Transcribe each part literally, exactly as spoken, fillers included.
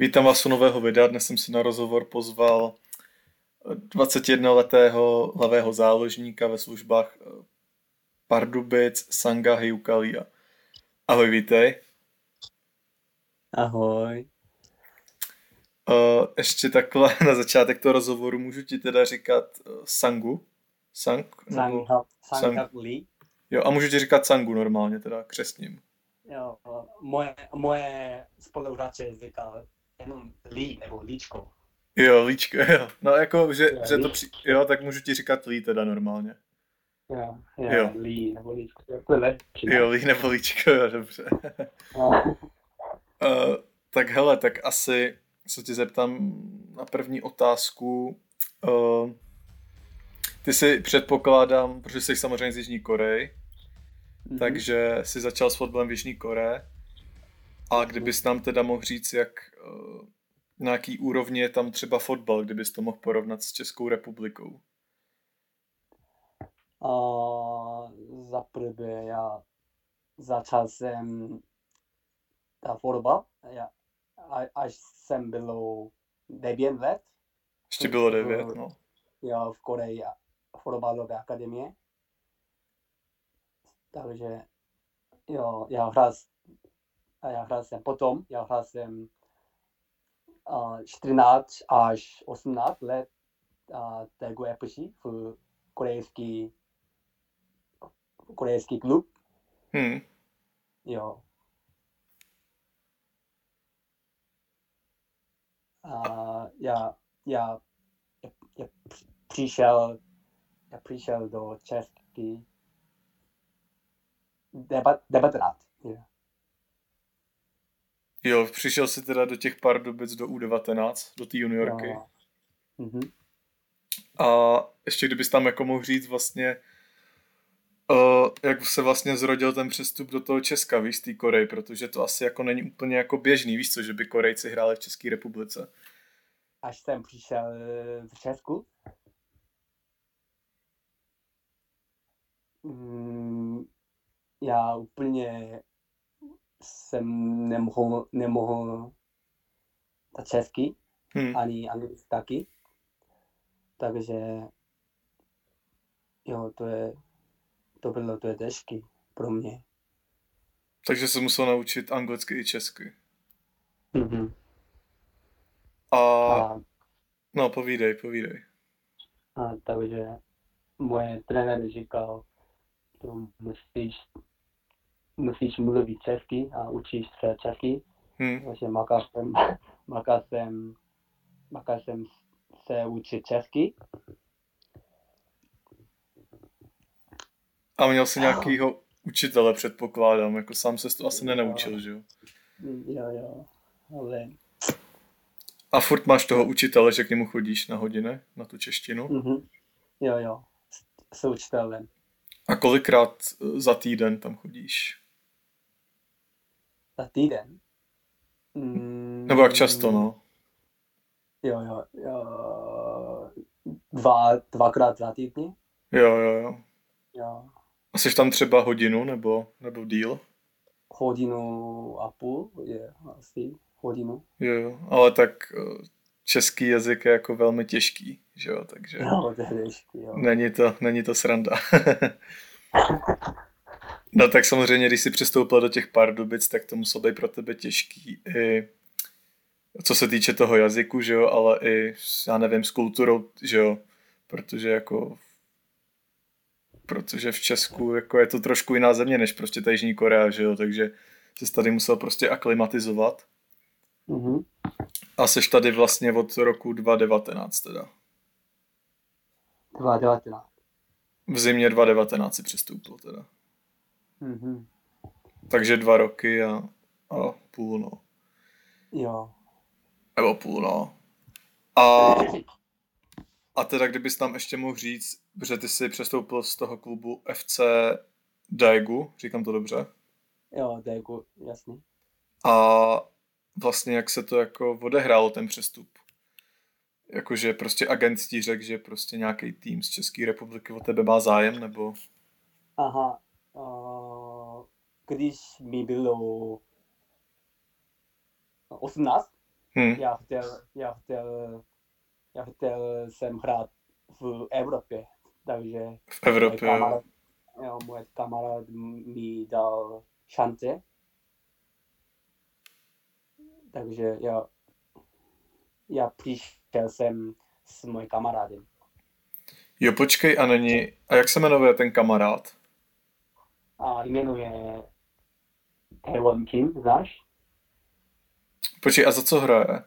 Vítám vás u nového videa. Dnes jsem si na rozhovor pozval dvacetijednoletého hlavého záložníka ve službách Pardubic Sanga Hyukalia. Ahoj, vítej. Ahoj. Uh, ještě takhle na začátek toho rozhovoru můžu ti teda říkat uh, Sangu? Sang? Nebo Sang, Sang? Sangak Lee. Jo, a můžu ti říkat Sangu normálně, teda křestním. Jo, moje, moje spolužáče říkal jenom Lee nebo Líčko. Jo, Líčko, jo. No jako, že, Jo, že to Lee. při... Jo, tak můžu ti říkat Lee teda normálně. Jo, jo, Jo. Lee nebo Líčko. Jo, to je lepší. Jo, Lee nebo Líčko, jo, dobře. No. Uh, tak hele, tak asi se tě zeptám na první otázku. Uh, ty si předpokládám, protože jsi samozřejmě z Jižní Koreji, Mhm. takže jsi začal s fotbalem v Jižní Koreji. A kdybys nám teda mohl říct, jak uh, na jaký úrovni je tam třeba fotbal, kdybys to mohl porovnat s Českou republikou. Uh, za prvé já začal jsem ta fotbal, já, a- až jsem bylo devět let. Ještě bylo devět, no. Jo, v Koreji fotbalové akademie. Takže jo, já hrál, a já hrál jsem potom, já hrál jsem uh, čtrnáct až osmnáct let uh, Daegu ef cé v korejský, korejský klub. Hmm. Jo. Uh, já, já, já přišel, já přišel do Česky debat, debatovat. Yeah. Jo, přišel jsi teda do těch Pardubic do U devatenáct, do té juniorky. Jo. Mhm. A ještě kdybys tam jako mohl říct vlastně, uh, jak se vlastně zrodil ten přestup do toho Česka, víš, z té Koreji, protože to asi jako není úplně jako běžný, víš co, že by Korejci hráli v České republice. Až jsem přišel v Česku, mm, já úplně jsem nemohl, nemohl ta česky, Hmm. ani anglicky taky. Takže jo, to je, to bylo to je těžké pro mě. Takže se musel naučit anglicky i česky. Mhm. A, A, no povídej, povídej. a takže moje trenér říkal, to musíš, musíš mluvit česky a učíš se česky. Hmm. Takže makal jsem, makal jsem, makal jsem se učit česky. A měl jsi nějakýho učitele, předpokládám, jako sám ses to asi nenaučil, že jo? Jo, jo, ale... A furt máš toho učitele, že k němu chodíš na hodiny, na tu češtinu? Mhm. Jo, jo, s, s učitelem. A kolikrát za týden tam chodíš? Za týden? Mm, Nebo jak často, no? Jo, jo, jo, dva, dvakrát za týdny. Jo, jo, jo. Jo, A jsi tam třeba hodinu nebo, nebo díl? hodinu a půl, je asi hodinu. Jo, jo. Ale tak eh, český jazyk je jako velmi těžký, že jo, takže Jo, to je těžký, jo. není to, není to sranda. No tak samozřejmě, když jsi přestoupil do těch Pardubic, tak to muselo být pro tebe těžký i co se týče toho jazyku, že jo, ale i, já nevím, s kulturou, že jo, protože jako protože v Česku jako je to trošku jiná země než prostě ta Jižní Korea, že jo, takže jsi tady musel prostě aklimatizovat. Mhm. A seš tady vlastně od roku dva tisíce devatenáct teda. dva tisíce devatenáct. V zimě dva tisíce devatenáct si přestoupil teda. Mhm. Takže dva roky a, a půl, no. Jo. Nebo půl, no. A, a teda kdybys tam ještě mohl říct, že ty jsi přestoupil z toho klubu F C Daegu, říkám to dobře. Jo, Daegu, jasný. A vlastně jak se to jako odehrálo ten přestup. Jakože prostě agent ti řekl, že prostě nějaký tým z České republiky o tebe má zájem, nebo... Aha, uh, když mi bylo osmnáct, Hm. já chtěl, já chtěl, já chtěl jsem hrát v Evropě, takže V můj Evropě, jo. kamarád, jo, můj kamarád mi dal šance, takže já, já přišel jsem s mojím kamarádem. Jo, počkej, a není... A jak se jmenuje ten kamarád? A jmenuje Taewon Kim, znáš? Počkej, a za co hraje?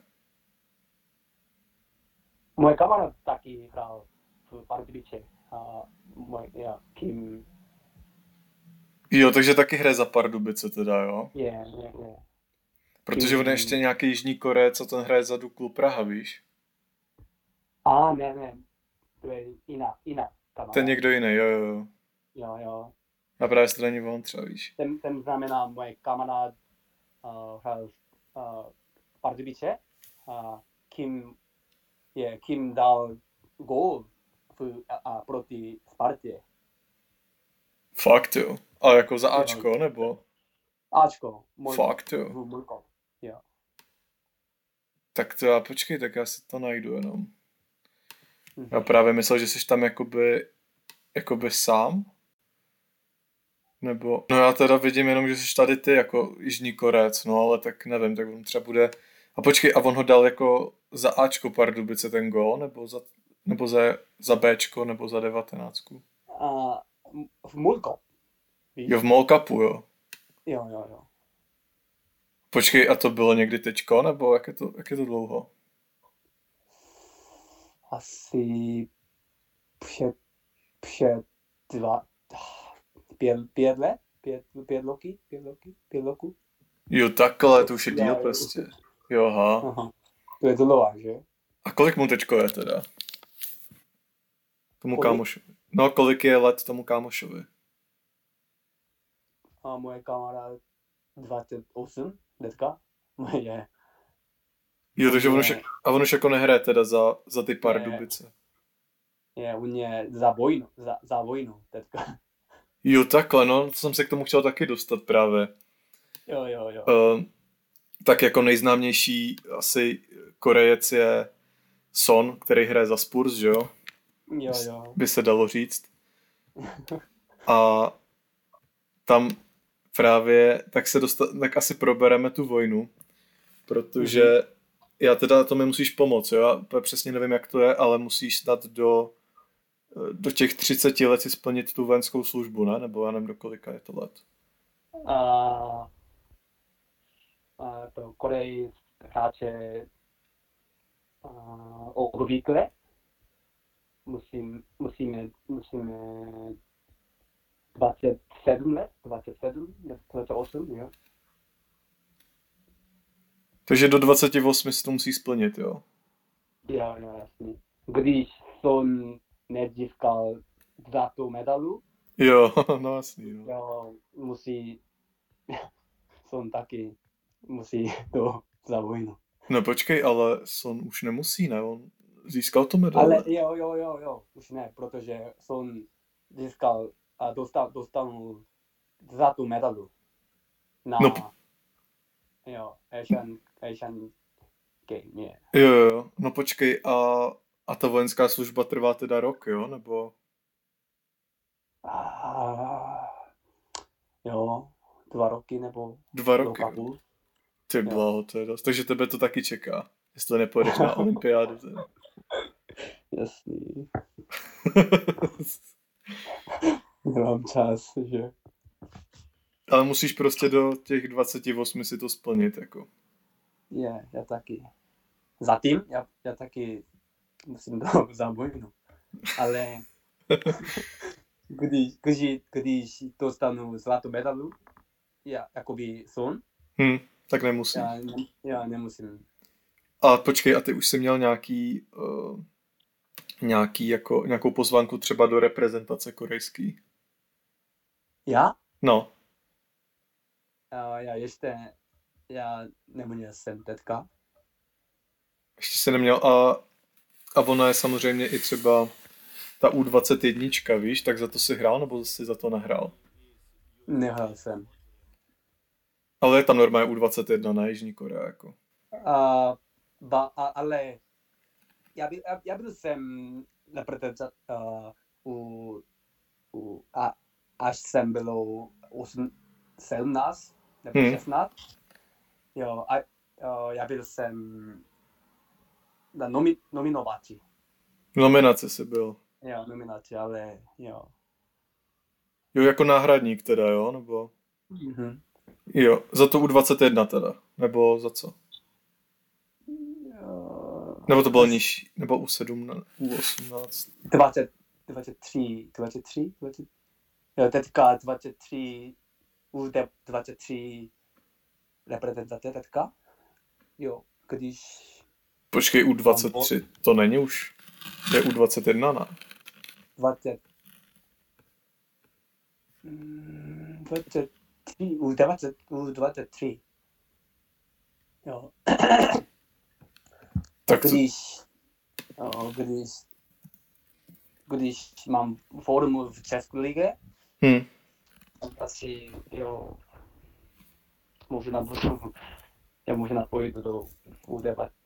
Můj kamarád taky hrál v Pardubice a můj, já, Kim, Jo, takže taky hraje za Pardubice teda, jo? je, je, je. Protože on je ještě Kim, nějaký Jižní Koreje, co ten hraje za Duklu Praha, víš? a ne, ne, to je jiná, jiná To je kamarád. někdo jiný, jo, jo, jo. Jo, jo. A právě to není on třeba, víš? Ten, ten znamená, můj kamarád uh, hrál uh, v Pardubice a Kim, je, Kim dal gól v, a, a proti Spartě. Fakt, jo. A jako za Jo, Ačko, nebo? Ačko, Molko, Fakt, jo. v Molko. Jo. Tak to já, počkej, tak já si to najdu jenom. Mhm. Já právě myslel, že jsi tam jakoby, jakoby sám? Nebo, no já teda vidím jenom, že jsi tady ty jako Jižní Korec, no ale tak nevím, tak on třeba bude... A počkej, a on ho dal jako za Ačko Pardubice ten gól, nebo za, nebo za, za Bčko, nebo za devatenáctku? A v Molko, víš? Jo, v Mall Cupu, jo. Jo, jo, jo. Počkej, a to bylo někdy teďko, nebo jak je to, jak je to dlouho? Asi před, před dva, pět, pět let, pět, pět roky, pět roky, pět roku. Jo, takhle, to už je Jo, díl jo. prostě. Jo, aha. Aha. To je dlouho, že? A kolik mu teďko je teda? Tomu Kolik? kámošovi. No, kolik je let tomu kámošovi? A moje kamarád dvacet osm, teďka. Je, Jo, takže on je, už, jak- a on už jako nehraje teda za, za ty Pardubice. je u mě za vojnu, za, za vojnu, teďka. Jo, takhle, no, to jsem se k tomu chtěl taky dostat právě. Jo, jo, jo. Uh, tak jako nejznámější asi Korejec je Son, který hraje za Spurs, že jo? Jo, jo. By se dalo říct. A tam právě, tak se dostat, tak asi probereme tu vojnu, protože Mhm. já teda, to mi musíš pomoct, jo? Já úplně přesně nevím, jak to je, ale musíš snad do, do těch třiceti let si splnit tu vojenskou službu, ne? Nebo já nevím, do kolika je to let. A, a to Korej hráče a, obvykle musím, musíme, musíme dvacet sedm let, dvacet sedm, dvacet osm, jo. Takže do dvaceti osmi si to musí splnit, jo? Jo, jo, jasně. Když Son nezískal zlatou medalu, Jo, no jasný, no. jo, musí, Son taky musí to za vojnu. No počkej, ale Son už nemusí, ne? On získal tu medaili. Ale jo, jo, jo, jo, už ne, protože Son získal a dostal, dostal zlatou medalu na, No p- jo, Asian, Asian Game, je. Jo, jo, jo. No počkej, a, a ta vojenská služba trvá teda rok, jo? Nebo... Ah, jo, dva roky nebo Dva rok roky, a jo. půl. Ty Jo. blaho, to je dost. Takže tebe to taky čeká, jestli nepojedeš na olympiádu. Teda. Jasný. Nemám čas, že? Ale musíš prostě do těch dvaceti osmi si to splnit, jako. Je, já taky. Zatím, já, já taky musím do za vojnu. Ale když, když, když dostanu zlatou medalu, já, jakoby Son, Hm, tak nemusíš. já, ne, já nemusím. A počkej, a ty už jsi měl nějaký, uh, nějaký jako, nějakou pozvánku třeba do reprezentace korejský? Já? No, A já ještě, já neměl jsem teďka. ještě jsi neměl. A, a ona je samozřejmě i třeba ta U dvacet jedna, víš, tak za to si hrál, nebo jsi za to nehrál? Nehrál jsem. Ale je tam normálně U dvacet jedna na Jižní Korea, jako. A ba, a, ale já, by, já, já byl jsem reprezentant uh, u, u a, až jsem bylo osm, sedmnáct nebo Hmm. šestnáct. Jo, a uh, já byl jsem na nomi, nominovaci. Nominace jsi byl. Jo, nominaci, ale jo. Jo, jako náhradník teda, jo? Nebo... Mm-hmm. Jo, za to U dvacet jedna teda. Nebo za co? Jo, Nebo to bylo nižší? Nebo U sedmnáct, U osmnáct? dvacet, dvacet tři, dvacet tři, dvacet, jo, teďka dvacet tři, U dvacet tři reprezentace teďka. Jo, když... Počkej, U dvacet tři, to není už. Je U dvacet jedna, ne? dvacet, dvacet tři, U dvacet, U dvacet tři. Jo. Tak to... Když, jo, když, když mám formu v České lize, hmm. asi, jo, možná budu, já možná pojdu do U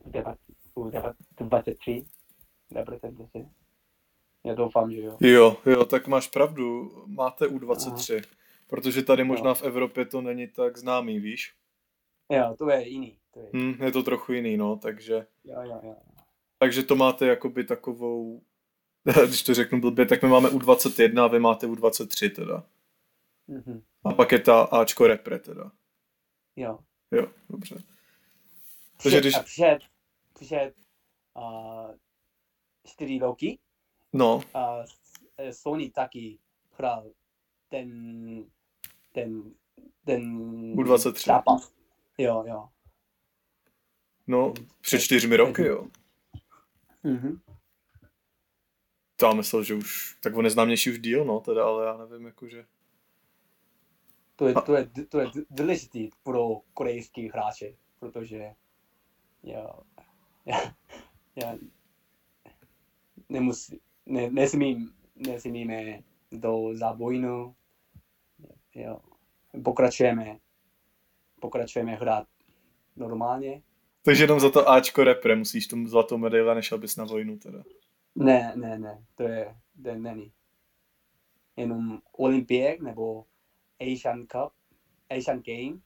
dvacet tři reprezentace. Já doufám, že jo. Jo, jo, tak máš pravdu, máte U dvacet tři, aha, protože tady možná jo. v Evropě to není tak známý, víš? Jo, to je jiný. To je, hmm, je to trochu jiný, no, takže... Jo, jo, jo. Takže to máte jakoby takovou... Když to řeknu blbě, tak my máme U dvacet jedna a vy máte U dvacet tři teda. Mm-hmm. A pak je ta Ačko repre teda. Jo. Jo, dobře. Před, Takže když... před, před uh, čtyři roky no. uh, Sony taky hrál ten, ten, ten U dvacet tři. zápas. Jo, jo. No, před čtyřmi roky, jo. Mhm. To já myslel, že už... Tak on je známější už díl, no, teda, ale já nevím, jakože... To je, to je, to je důležitý pro korejský hráče, protože jo, já, já nemusí, ne, nesmím, nesmíme do zábojnu, jo, pokračujeme, pokračujeme hrát normálně. Takže jenom za to Ačko repre musíš tu zlatou medaili a nešel bys na vojnu teda. Ne, ne, ne, to je, to není. Jenom Olympiák nebo Asian Cup, Asian Game.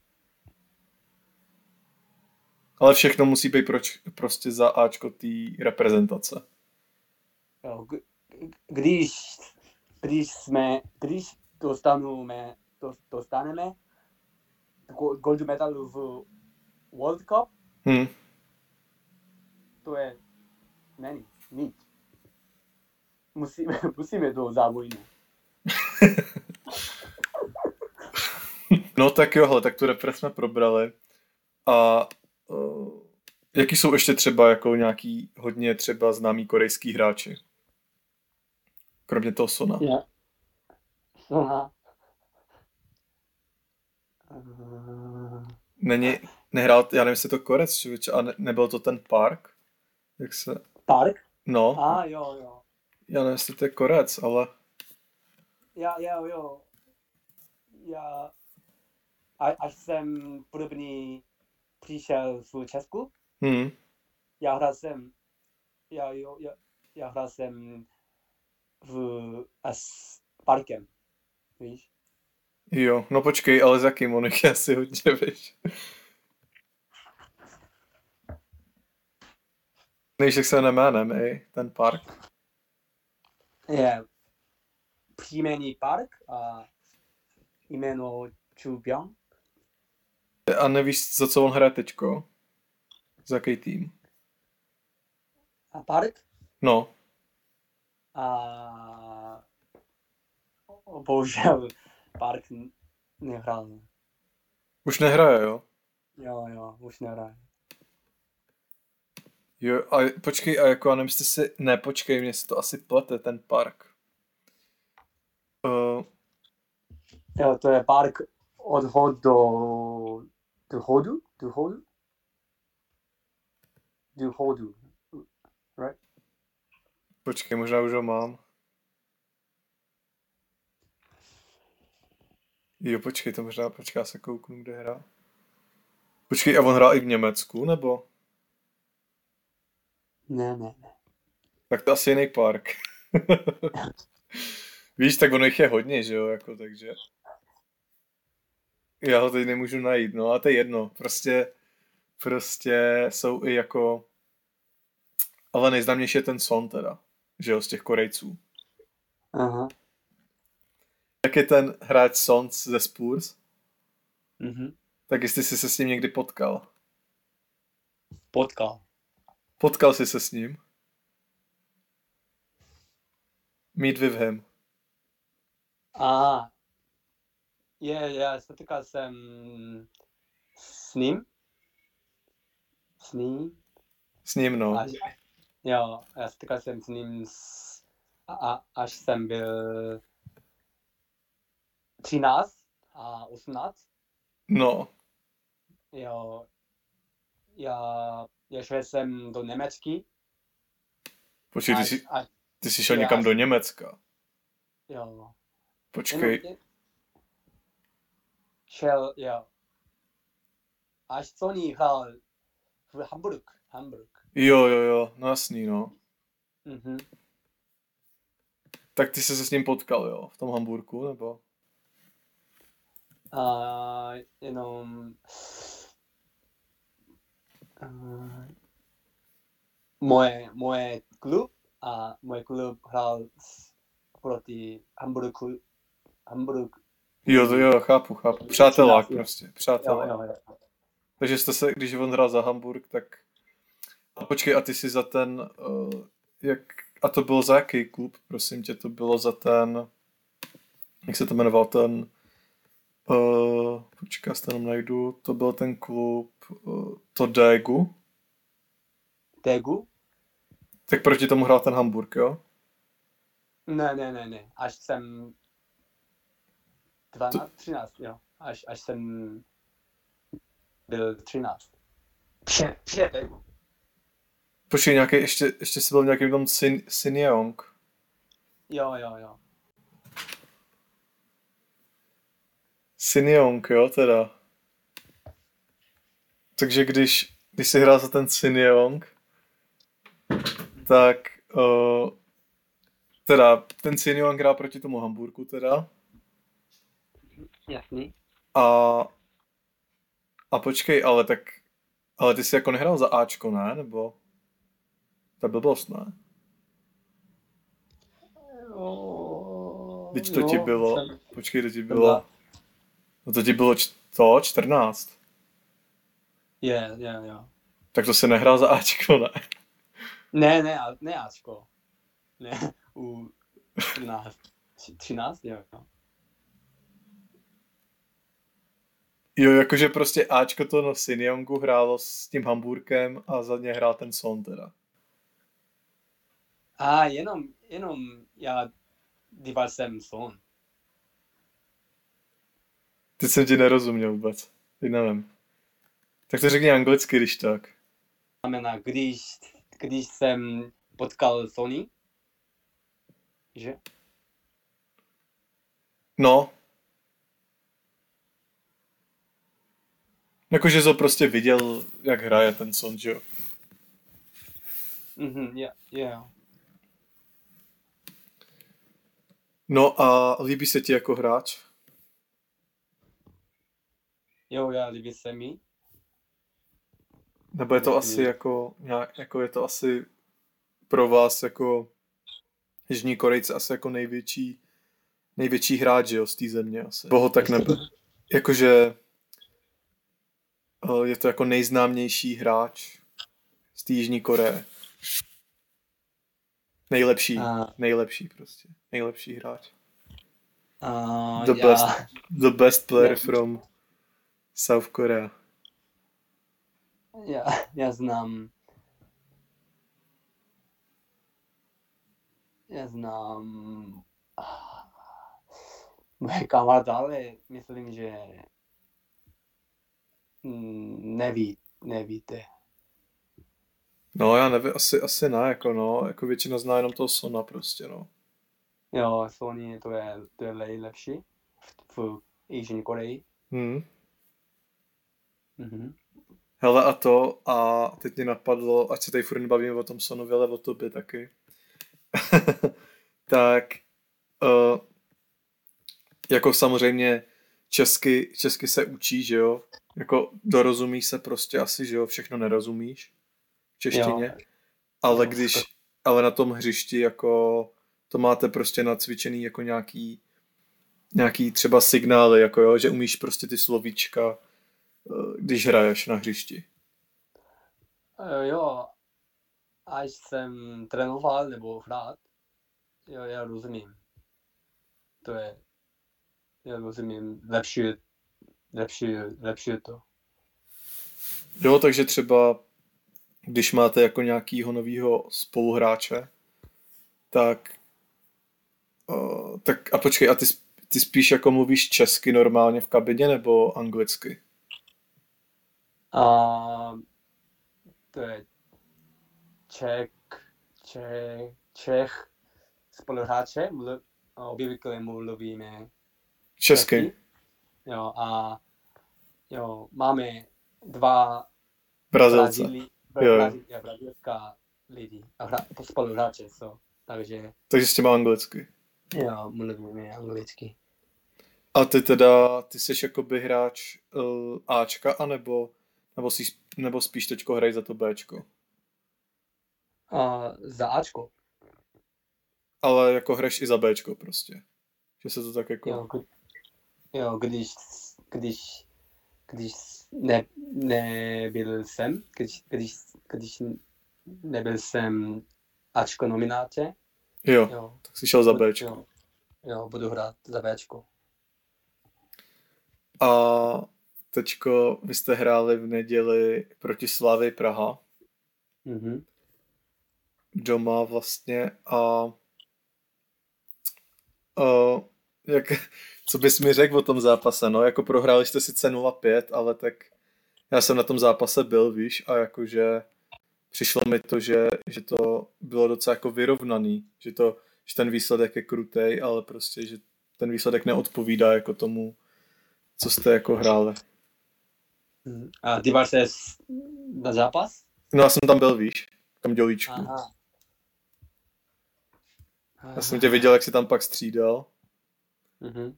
Ale všechno musí být proč, prostě za Ačko té reprezentace. Jo, když, když jsme, když dostaneme, dostaneme gold medal v World Cup, hmm. to je, není, nic. Musíme, musíme do závojnu. No tak jo, hele, tak tu repre jsme probrali. A uh, jaký jsou ještě třeba jako nějaký hodně třeba známý korejský hráči? Kromě toho Sona. Yeah. Sona. Uh... Není, nehrál, já nevím, jestli je to Korec, člověče, a ne, nebyl to ten Park? Jak se... Park? No. A jo, jo. Já nevím, jestli to je Korec, ale... Já, já, jo. Já... A, až jsem podobný přišel v Česku, hmm. já hrál jsem... Já, jo, já, já hrál jsem v... A s Parkem, víš? Jo, no počkej, ale s jakým? On je asi hodně, víš. Nevíš, jak se jmenuje jménem, ej, ten Park. Je příjmení Park a jméno Chu Byung. A nevíš, za co on hraje teďko? Za jaký tým? A Park? No. A bohužel Park nehrál. Už nehraje, jo? Jo, jo, už nehraje. Jo, a počkej, a jako, já nevím, jestli si... Ne, počkej, mě se to asi plete, ten Park. Uh... Jo, to je Park od hodu do... do hodu? Do hodu? Do hodu. Right? Počkej, možná už ho mám. Jo, počkej, to možná, počkej, já se kouknu, kde hrá. Počkej, a on hrál i v Německu, nebo? Ne, ne, ne. Tak to asi jiný park. Víš, tak ono jich je hodně, že jo, jako, takže. Já ho teď nemůžu najít, no a to je jedno. Prostě, prostě jsou i jako, ale nejznámější je ten Son teda, že jo, z těch Korejců. Aha. Jak je ten hráč Son ze Spurs? Mhm. Tak jestli jsi se s ním někdy potkal. Potkal. Potkal jsi se s ním? Meet with him. A je, já setykal jsem s ním. S ním. S ním, no. Až, jo, já setykal jsem s ním s, a, a, až jsem byl třináct a osmnáct. No. Jo, já, já šel jsem do Německy. Počkej, ty Až, jsi, až, ty jsi šel já někam až- do Německa. jo. Počkej. Jenom, šel, jo. Až Sony hrál v Hamburg. Hamburg. Jo, jo, jo, no jasný, no. Mhm. Tak ty jsi se s ním potkal, jo, v tom Hamburku, nebo? A jenom uh, moje, moje klub a můj klub hrál s, proti Hamburgu. Hamburg. Jo, to jo, chápu, chápu. Přátelák Jo. prostě, Jo, přátelák. jo, jo. Takže jste se, když on hrál za Hamburg, tak... A počkej, a ty jsi za ten, uh, jak... A to bylo za jaký klub, prosím tě, to bylo za ten... Jak se to jmenoval, ten... Uh, počkej, já si to jenom najdu. To byl ten klub... Uh, to Daegu. Daegu? Tak proti tomu hrál ten Hamburg, jo? Ne, ne, ne, ne. Až jsem dvanáct, třináct, jo. Až, až jsem byl třináct. Pře, pře, Daegu. Počkej, nějaký, ještě, ještě jsi byl v nějakým tom Sin, Sinjeong. Jo, jo, jo. Sinjeong, jo, teda. Takže když, když jsi hrál za ten Sinjeong, tak uh, teda ten Sinjeong hrál proti tomu Hamburgu teda. Jasný. A a počkej, ale tak ale ty jsi jako nehrál za Ačko, ne? Nebo ta blbost, ne? Teď to ti bylo, počkej, to ti bylo, no to ti bylo č- to, čtrnáct. Je, je, jo. Tak to se nehrál za Ačko, ne? Ne, ne, a- ne Ačko. Ne, u třináct. třináct, jo, jo. Jo, jakože prostě Ačko to na Sinjeongu hrálo s tím Hamburkem a za ně hrál ten Son teda. A jenom, jenom já díval jsem Son. Teď jsem ti nerozuměl vůbec. Teď nevím. Tak to řekni anglicky, když tak. Znamená, když, když jsem potkal Sony, že? No. Jakože jsi ho prostě viděl, jak hraje ten Son, že jo? Mhm, je, je. No a líbí se ti jako hráč? Jo, já líbí se mi. Nebo je to asi jako, nějak, jako je to asi pro vás jako Jižní Korejce asi jako největší, největší hráč, že jo, z té země asi. Boho tak nebe. Jakože eh, je to jako nejznámější hráč z té Jižní Koreje. Nejlepší, A- nejlepší prostě. Nejlepší hráč. A The já, best, the best player Ne. from South Korea. já, já znám já znám ah, moje kamarád, ale myslím, že mm, neví, nevíte. No já nevím, asi, asi ne, jako no, jako většina zná jenom toho Sona prostě, no. Jo, Sony to je, to je nejlepší v, v Jižní Koreji. Hmm. Mhm. Hele a to, a teď mě napadlo, ať se tady furt nebavíme o tom Sonovi, ale o tobě taky. Tak, uh, jako samozřejmě česky, česky se učí, že jo? Jako dorozumíš se prostě asi, že jo? Všechno nerozumíš v Jo, češtině. Ale jo, skoro. když, ale na tom hřišti jako to máte prostě nacvičený jako nějaký, nějaký třeba signály, jako jo, že umíš prostě ty slovíčka, eh, když hraješ na hřišti. Eh, Jo, až jsem trénoval nebo hrát, jo, já rozumím. To je, já rozumím, lepší, lepší, lepší to. Jo, takže třeba když máte jako nějakýho novýho spoluhráče, tak, uh, tak a počkej, a ty, sp- ty spíš jako mluvíš česky normálně v kabině nebo anglicky? A to je Čech, Čech, Čech spoluhráče, mluv, obvykle mluvíme Česky. česky. Jo, a jo, máme dva Brazilce. Brazíli, Jo, jo. Brazí, ja, brazilská lidi a hra, spoluhráče, so, takže Takže s těma anglicky. jo, mluvíme anglicky. A ty teda, ty jsi jakoby hráč uh, Ačka, anebo, nebo, jsi, nebo spíš teďko hraj za to Bčko? A za Ačko, Ale jako hraješ i za Bčko prostě. Že se to tak jako... jo, kdy, jo, když, když, když ne, nebyl jsem, když, když, když nebyl jsem Ačko nomináce, Jo, jo, tak jsi šel za budu, Bčko. jo, jo, budu hrát za Bčko. A teďko vy jste hráli v neděli proti Slavii Praha. Mhm. Doma vlastně a... Uh, jak, co bys mi řekl o tom zápase? No, jako prohráli jste sice nula pět, ale tak já jsem na tom zápase byl, víš, a jakože přišlo mi to, že, že to bylo docela jako vyrovnaný, že, to, že ten výsledek je krutej, ale prostě, že ten výsledek neodpovídá jako tomu, co jste jako hráli. Mhm. A díval se na zápas? No já jsem tam byl, víš, tam dělíčku. Aha. Já jsem tě viděl, jak jsi tam pak střídal. Mhm.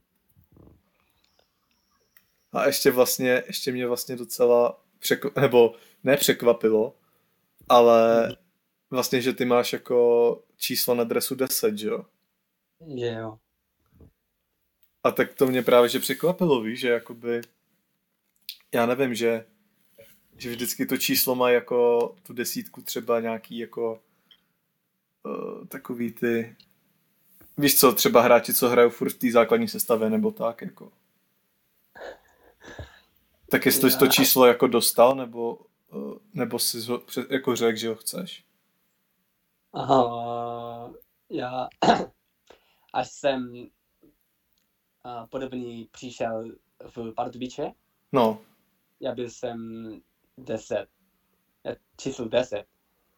A ještě vlastně, ještě mě vlastně docela překvapilo, nebo nepřekvapilo, ale vlastně, že ty máš jako číslo na dresu deset, že jo? Že jo. A tak to mě právě že překvapilo, víš, že jakoby, já nevím, že, že vždycky to číslo má jako tu desítku třeba nějaký jako uh, takový ty, víš co, třeba hráči, co hrajou furt v té základní sestavě nebo tak, jako. Tak jestli jsi to Já, číslo jako dostal, nebo, uh, nebo jsi ho pře- jako řekl, že ho chceš? aha, já, až jsem a, podobný přišel v Pardubice, No, já byl jsem deset, já- číslo deset,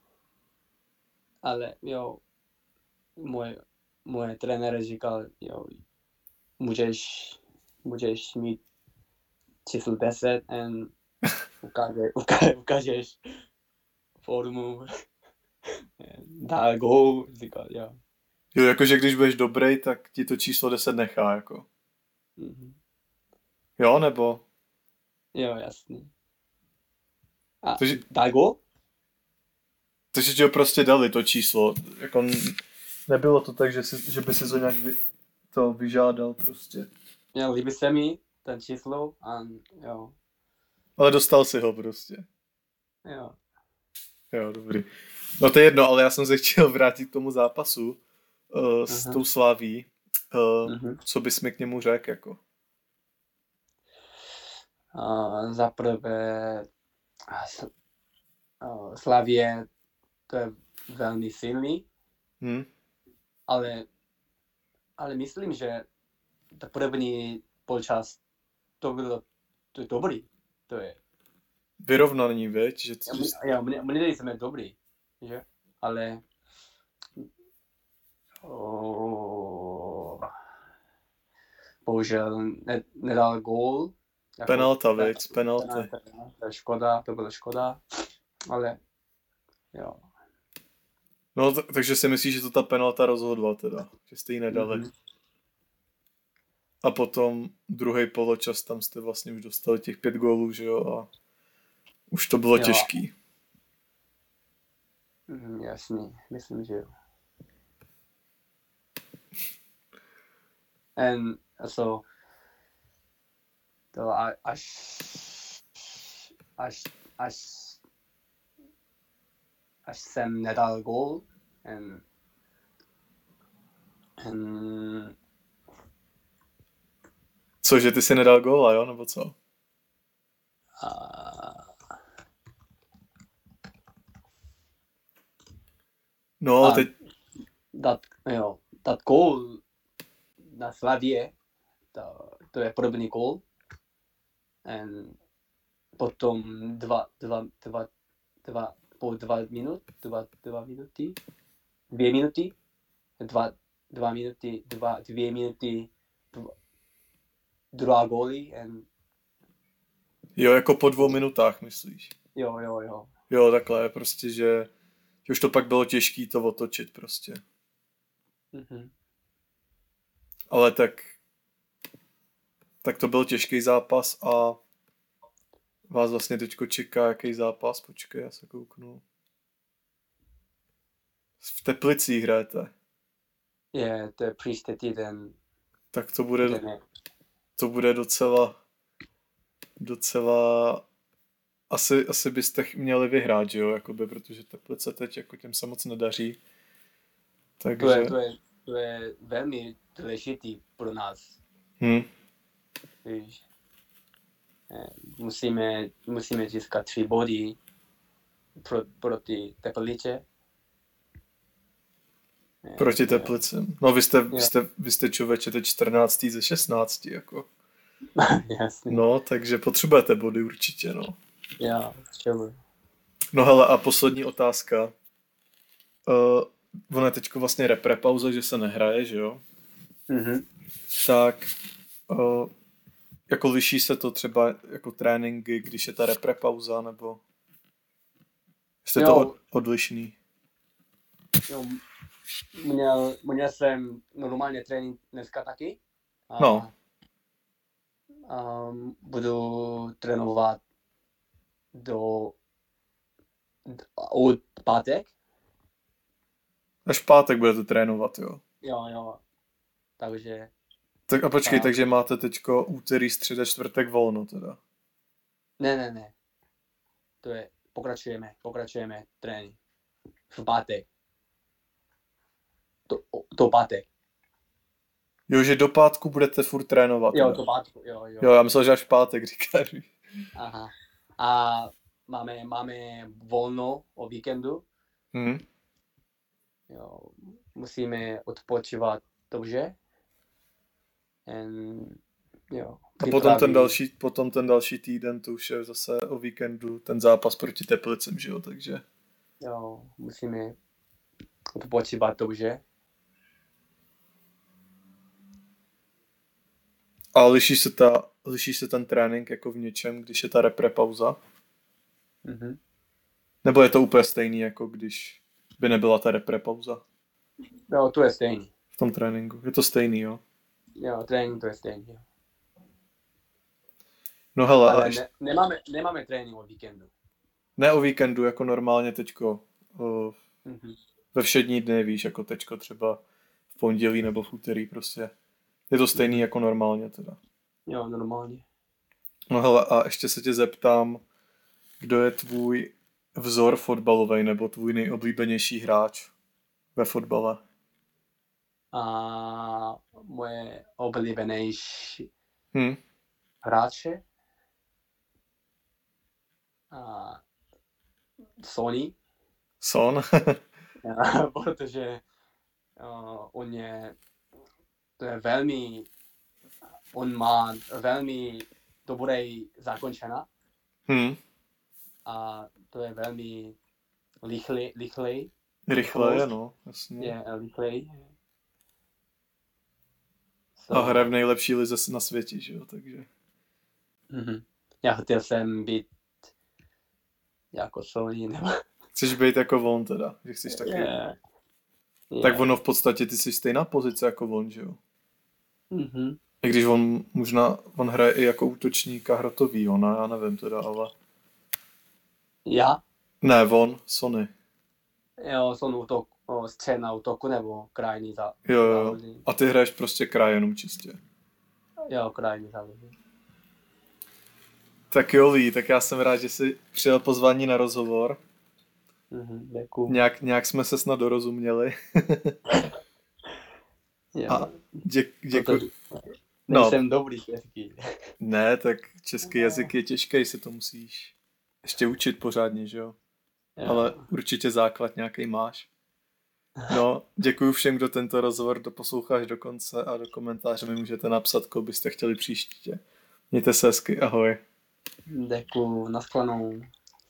ale jo, můj, můj trenér říkal, jo, můžeš, můžeš mít číslo deset a ukáže, ukáže, ukážeš formu, dá gól, říkal, jo. jo, jakože když budeš dobrý, tak ti to číslo deset nechá, jako. Mhm. Jo, nebo? Jo, jasný. A Takže, dá gól? takže ti ho prostě dali, to číslo. Jako n- nebylo to tak, že, si, že by si to nějak vy, to vyžádal prostě. Jo, líbí se mi ten číslo a jo, Ale dostal si ho prostě. jo. Jo, dobrý. No to je jedno, ale já jsem se chtěl vrátit k tomu zápasu uh, s Aha. tou Slaví. Uh, Mhm. co bys mi k němu řekl, jako? A za prvé a s- a Slavie to je velmi silný, Hm? ale, ale myslím, že ta první polčas to bylo to je dobrý. To je, Vyrovnaný, viď? Že, já, že, my- já, my, my jsme dobrý, že? Ale o, bohužel ne, nedal gól Jako, Penalta, tak, viď, penalty. penalta, no, to je škoda, to byla škoda, ale jo. No, t- takže si myslíš, že to ta penalta rozhodla teda, že jste ji nedali. Mhm. A potom druhý poločas, tam jste vlastně už dostali těch pět gólů, že jo, a už to bylo Jo. těžký. Mhm, jasný, myslím, že jo. And so, to a- až, až, až, až jsem nedal gól, and, and Cože, ty si nedal góla, jo, nebo co? uh, No, A- teď, dat, jo, dat gól na Slavě, to, to je podobný gól. And potom dva, dva, dva, dva, po dva minut, dva, dva minuty, dvě minuty, dva, dva minuty, dva, dvě minuty, dva, druhá góly, and jo, jako po dvou minutách, myslíš? jo, jo, jo. Jo, takhle, prostě, že, že už to pak bylo těžký to otočit prostě. Mhm. Ale tak, tak to byl těžký zápas a vás vlastně teďko čeká jaký zápas, počkej, já se kouknu. V Teplicích hrajete, Je, to je příští týden, tak to bude, týden, to bude docela, docela, asi, asi byste ch- měli vyhrát, že jo, jakoby, protože Teplice teď jako těm se moc nedaří. Takže, to je, to je, to je velmi důležitý pro nás, hm, víš. Eh, Musíme, musíme získat tři body pro, proti Teplice. Eh, proti jo. Teplicím. No vy jste, vy Jo. jste, vy jste člověče teď čtrnáctý ze šestnácti, jako. Jasně. No, takže potřebujete body určitě, no. Já, čemu? No hele, a poslední otázka. Uh, ono je teďko vlastně repre pauza, že se nehraje, že jo? Mhm. Tak uh, jako liší se to třeba jako tréninky, když je ta repre pauza, nebo jste to Jo. od, odlišný? Jo, měl, měl jsem normálně trénink dneska taky. A, No. A budu trénovat do, d- od pátek. Až v pátek budete trénovat, jo? Jo, jo. Takže Tak a počkej, A. takže máte teďko úterý, středa, čtvrtek volno teda. ne, ne, ne. To je, pokračujeme, pokračujeme trénink. V pátek. To, to pátek. Jo, že do pátku budete furt trénovat. Jo, teda. to pátku, jo, jo. Jo, já myslel, že až v pátek říkáš. Aha. A máme, máme volno o víkendu. Hm. Jo, musíme odpočívat dobře. And, jo, A potom ten, další, potom ten další týden, to už je zase o víkendu, ten zápas proti Teplicím, že jo, takže. Jo, musíme odpočívat dobře. A liší se, ta, liší se ten trénink jako v něčem, když je ta repre pauza? Mhm. Nebo je to úplně stejný, jako když by nebyla ta repre pauza Jo, to je stejný. v tom tréninku? Je to stejný, jo? Jo, trénink to je stejný. Jo. No hele, a Ale ještě, ne, nemáme, nemáme trénink o víkendu. ne o víkendu, jako normálně teďko, o, Mhm. ve všední dny, víš, jako teďko třeba v pondělí nebo v úterý prostě. Je to stejný jako normálně teda. Jo, normálně. No hele, a ještě se tě zeptám, kdo je tvůj vzor fotbalový nebo tvůj nejoblíbenější hráč ve fotbale? A moje oblíbenější Hm? hráče a Sony, Son? protože uh, on je, to je velmi, on má velmi dobrý zakončena hm? a to je velmi rychlej, rychlej, Rychle je, no, jasně. je rychlej. A hraje v nejlepší lize na světě, že jo, takže. Mhm. Já chtěl jsem být jako Sony nebo... Chceš být jako on teda, že chceš taky. Yeah. Tak Yeah. ono v podstatě ty jsi stejná pozice jako on, že jo? Mhm. I když on možná, on hraje i jako útočník a hrotový, ona, já nevím teda, ale... Já? Ne, on, Sony. Jo,そのútok, o, scéna útoku nebo krajní za, Jo, jo, záloží. a ty hraješ prostě kraj jenom čistě. Jo, krajní záloží. Tak jo, Ví, tak já jsem rád, že jsi přijel pozvání na rozhovor. Mhm, děkuju. Nějak, nějak jsme se snad dorozuměli. Jo, A dě, děkuji. protože No, nejsem dobrý český. ne, tak český jazyk je těžký, se to musíš ještě učit pořádně, že jo? Jo. Ale určitě základ nějaký máš. No, děkuji všem, kdo tento rozhovor doposloucháš do konce a do komentáře mi můžete napsat, koho byste chtěli příště. Mějte se hezky, ahoj. Děkuju, nashledanou.